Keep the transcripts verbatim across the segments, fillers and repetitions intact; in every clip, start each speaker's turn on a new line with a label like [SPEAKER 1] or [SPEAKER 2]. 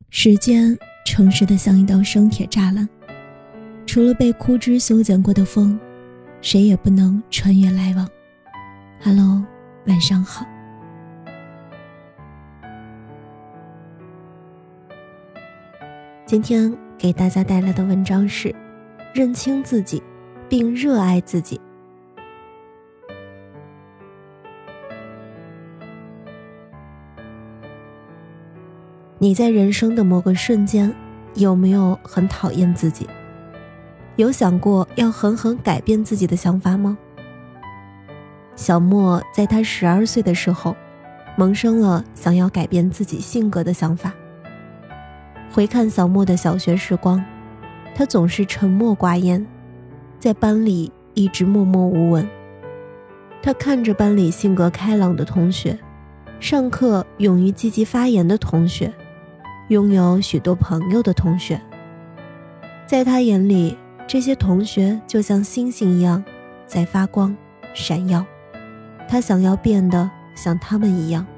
[SPEAKER 1] 时间诚实的像一道生铁栅栏，除了被枯枝修剪过的风，谁也不能穿越来往。Hello， 晚上好。今天给大家带来的文章是认清自己并热爱自己。你在人生的某个瞬间有没有很讨厌自己？有想过要狠狠改变自己的想法吗？小莫在他十二岁的时候萌生了想要改变自己性格的想法。回看小莫的小学时光，他总是沉默寡言，在班里一直默默无闻。他看着班里性格开朗的同学，上课勇于积极发言的同学，拥有许多朋友的同学，在他眼里，这些同学就像星星一样在发光闪耀，他想要变得像他们一样。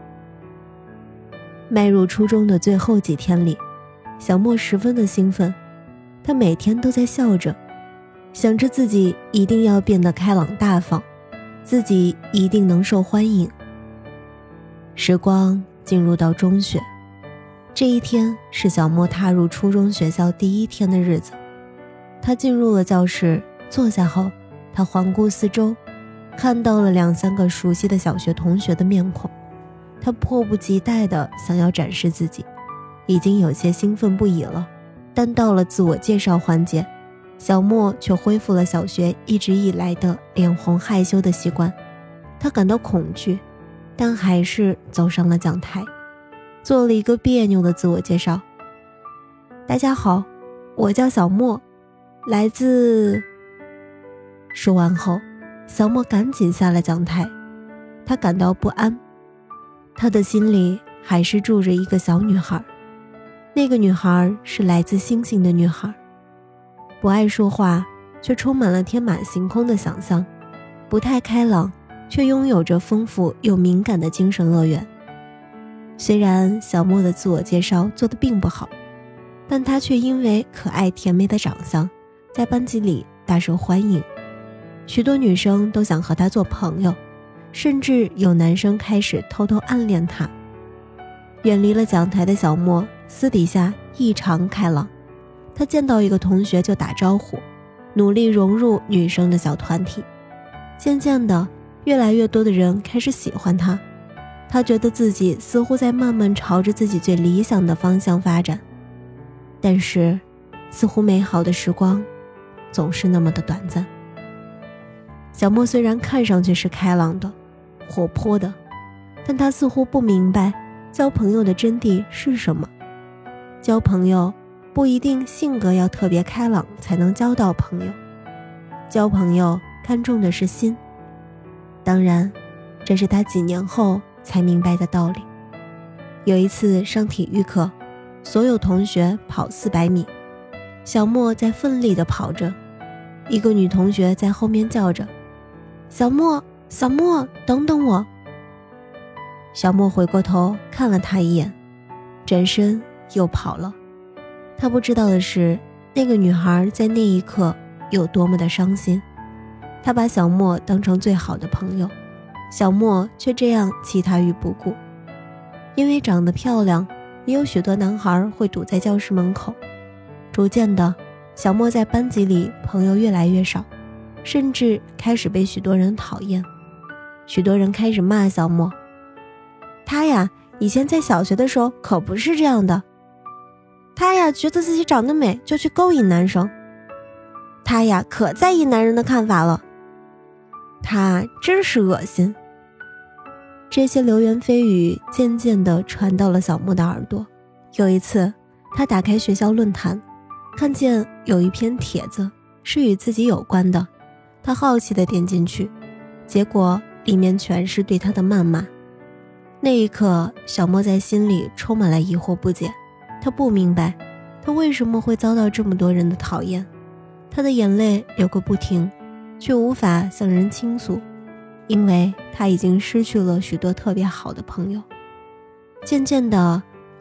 [SPEAKER 1] 迈入初中的最后几天里，小莫十分的兴奋，他每天都在笑着，想着自己一定要变得开朗大方，自己一定能受欢迎。时光进入到中学，这一天是小莫踏入初中学校第一天的日子。他进入了教室，坐下后，他环顾四周，看到了两三个熟悉的小学同学的面孔。他迫不及待地想要展示自己，已经有些兴奋不已了。但到了自我介绍环节，小莫却恢复了小学一直以来的脸红害羞的习惯。他感到恐惧，但还是走上了讲台，做了一个别扭的自我介绍。大家好，我叫小莫，来自……说完后，小莫赶紧下了讲台。他感到不安，他的心里还是住着一个小女孩。那个女孩是来自星星的女孩，不爱说话，却充满了天马行空的想象，不太开朗，却拥有着丰富又敏感的精神乐园。虽然小莫的自我介绍做得并不好，但他却因为可爱甜美的长相，在班级里大受欢迎。许多女生都想和他做朋友，甚至有男生开始偷偷暗恋他。远离了讲台的小莫私底下异常开朗，他见到一个同学就打招呼，努力融入女生的小团体。渐渐的，越来越多的人开始喜欢他，他觉得自己似乎在慢慢朝着自己最理想的方向发展。但是，似乎美好的时光总是那么的短暂。小莫虽然看上去是开朗的、活泼的，但他似乎不明白交朋友的真谛是什么。交朋友不一定性格要特别开朗才能交到朋友，交朋友看重的是心。当然，这是他几年后才明白的道理。有一次上体育课，所有同学跑四百米，小莫在奋力地跑着，一个女同学在后面叫着：小莫，小莫，等等我。小莫回过头看了他一眼，转身又跑了。他不知道的是，那个女孩在那一刻有多么的伤心。她把小莫当成最好的朋友，小莫却这样弃她于不顾。因为长得漂亮，也有许多男孩会堵在教室门口。逐渐的，小莫在班级里朋友越来越少，甚至开始被许多人讨厌。许多人开始骂小莫，他呀，以前在小学的时候可不是这样的。他呀，觉得自己长得美就去勾引男生。他呀，可在意男人的看法了。他真是恶心。这些流言蜚语渐渐地传到了小莫的耳朵。有一次，他打开学校论坛，看见有一篇帖子是与自己有关的，他好奇地点进去，结果里面全是对他的谩骂。那一刻，小莫在心里充满了疑惑不解。他不明白，他为什么会遭到这么多人的讨厌。他的眼泪流个不停，却无法向人倾诉，因为他已经失去了许多特别好的朋友。渐渐的，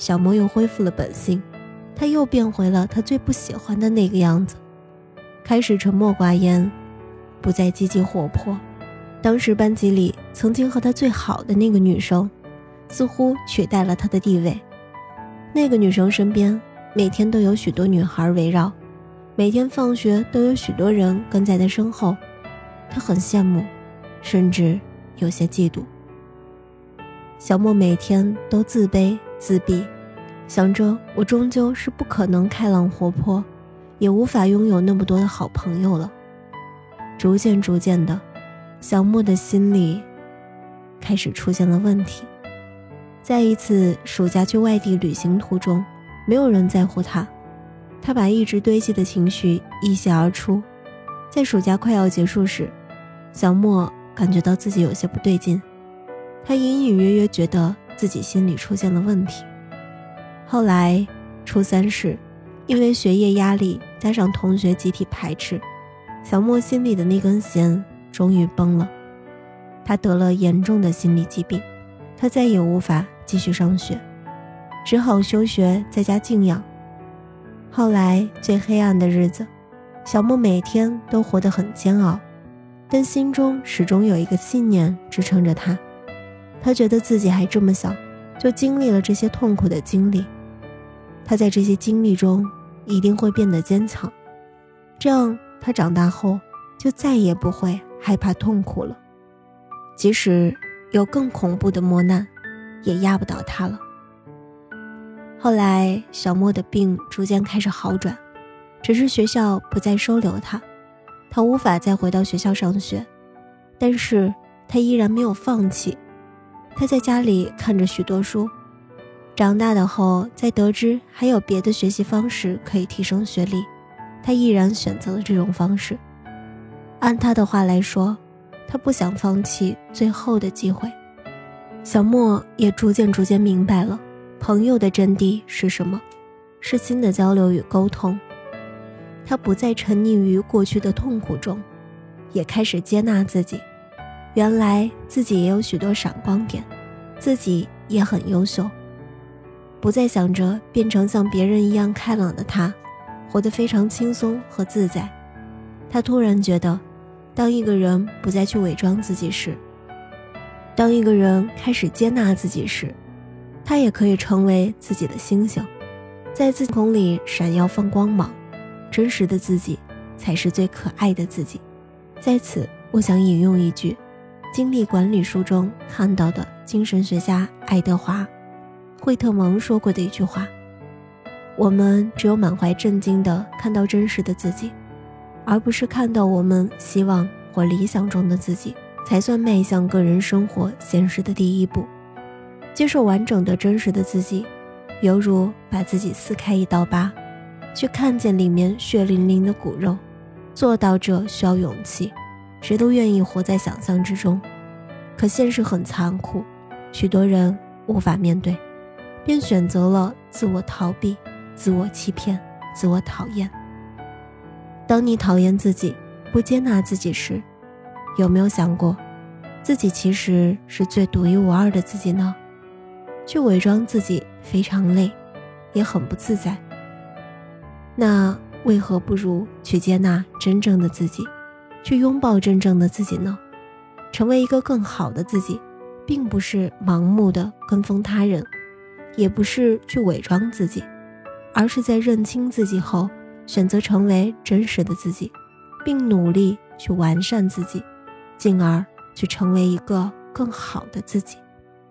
[SPEAKER 1] 小莫又恢复了本性，他又变回了他最不喜欢的那个样子，开始沉默寡言，不再积极活泼。当时班级里曾经和他最好的那个女生，似乎取代了他的地位。那个女生身边每天都有许多女孩围绕，每天放学都有许多人跟在他身后，他很羡慕，甚至有些嫉妒。小莫每天都自卑自闭，想着我终究是不可能开朗活泼，也无法拥有那么多的好朋友了。逐渐逐渐的，小莫的心里开始出现了问题。在一次暑假去外地旅行途中，没有人在乎他，他把一直堆积的情绪一泻而出。在暑假快要结束时，小莫感觉到自己有些不对劲，他隐隐约约觉得自己心里出现了问题。后来初三时，因为学业压力加上同学集体排斥，小莫心里的那根弦终于崩了，他得了严重的心理疾病，他再也无法继续上学，只好休学在家静养。后来最黑暗的日子，小莫每天都活得很煎熬，但心中始终有一个信念支撑着他。他觉得自己还这么小，就经历了这些痛苦的经历，他在这些经历中一定会变得坚强，这样他长大后就再也不会害怕痛苦了。即使有更恐怖的磨难，也压不倒他了。后来小莫的病逐渐开始好转，只是学校不再收留他，他无法再回到学校上学，但是他依然没有放弃。他在家里看着许多书，长大的后在得知还有别的学习方式可以提升学历，他毅然选择了这种方式。按他的话来说，他不想放弃最后的机会。小莫也逐渐逐渐明白了朋友的真谛是什么，是新的交流与沟通。他不再沉溺于过去的痛苦中，也开始接纳自己，原来自己也有许多闪光点，自己也很优秀。不再想着变成像别人一样开朗的他，活得非常轻松和自在。他突然觉得，当一个人不再去伪装自己时，当一个人开始接纳自己时，他也可以成为自己的星星，在自己空里闪耀放光芒。真实的自己才是最可爱的自己。在此，我想引用一句精力管理书中看到的精神学家爱德华·惠特蒙说过的一句话：我们只有满怀震惊地看到真实的自己，而不是看到我们希望或理想中的自己，才算迈向个人生活现实的第一步。接受完整的真实的自己，犹如把自己撕开一道疤，去看见里面血淋淋的骨肉。做到这需要勇气，谁都愿意活在想象之中，可现实很残酷，许多人无法面对，便选择了自我逃避、自我欺骗、自我讨厌。当你讨厌自己、不接纳自己时，有没有想过自己其实是最独一无二的自己呢？去伪装自己非常累，也很不自在。那为何不如去接纳真正的自己，去拥抱真正的自己呢？成为一个更好的自己，并不是盲目的跟风他人，也不是去伪装自己，而是在认清自己后，选择成为真实的自己，并努力去完善自己，进而去成为一个更好的自己。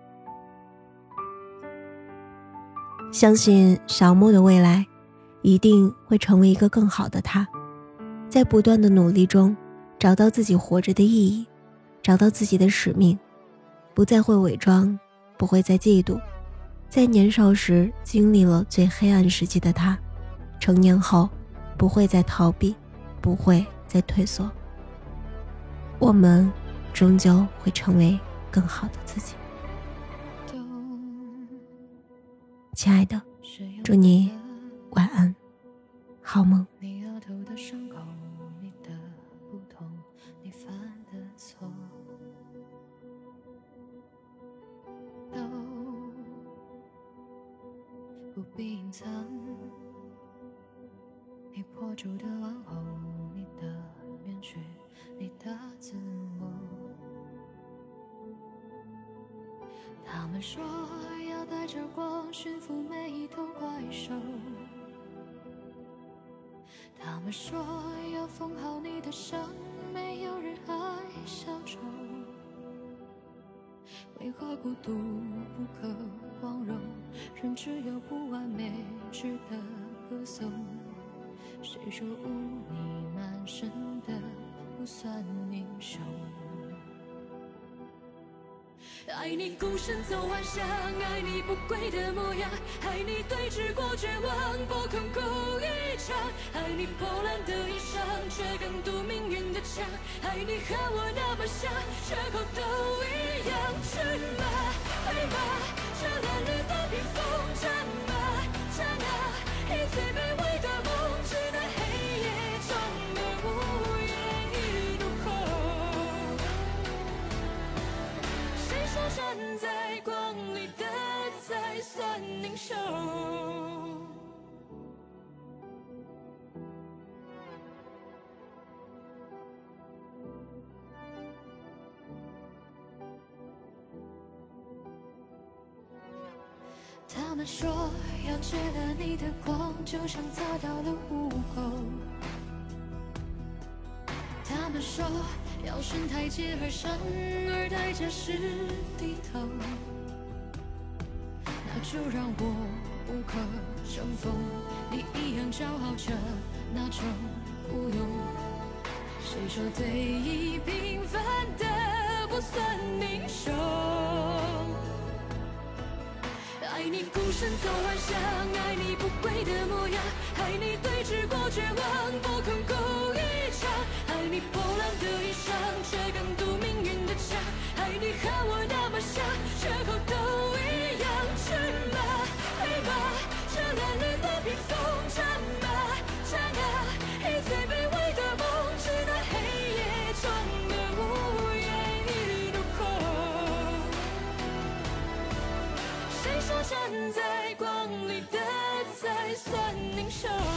[SPEAKER 1] 相信小莫的未来一定会成为一个更好的他，在不断的努力中找到自己活着的意义，找到自己的使命，不再会伪装，不会再嫉妒。在年少时经历了最黑暗时期的他，成年后不会再逃避，不会再退缩。我们终究会成为更好的自己。亲爱的，祝你晚安，好梦。
[SPEAKER 2] 你额头的伤口，你的不同，你犯的错，都隐藏，你破竹的问候，你的面具，你的自我。他们说要带着光驯服每一头怪兽，他们说要缝好你的伤，没有人爱小丑。为何孤独不可光荣，人只有不完美值得歌颂？谁说污泥满身的不算英雄？爱你孤身走暗巷，爱你不跪的模样，爱你对峙过绝望，不空哭一场，爱你破烂的衣裳，却更堵命运的枪，爱你和我那么像，缺口都一样。去吧，飞吧，这褴褛的披风，战吧，战啊，以最卑微的梦，直到黑夜中的午夜一怒吼。谁说站在光里的才算英雄？他们说要借了你的光，就像砸到了污垢。他们说要顺台阶而上，而代价是低头。那就让我无可乘风，你一样骄傲着那种孤勇。谁说对弈平凡的不算英雄？爱你孤身走暗巷，爱你不跪的模样，爱你对峙过绝望，不空哭一场，爱你破烂的衣裳，却更堵命运的枪，爱你和我那么像，缺口都一样。去吧，飞吧，这褴褛的披风，战吧，战啊，以最卑微的梦，直到黑夜中的午夜一怒吼。谁说站在光里的才算英雄？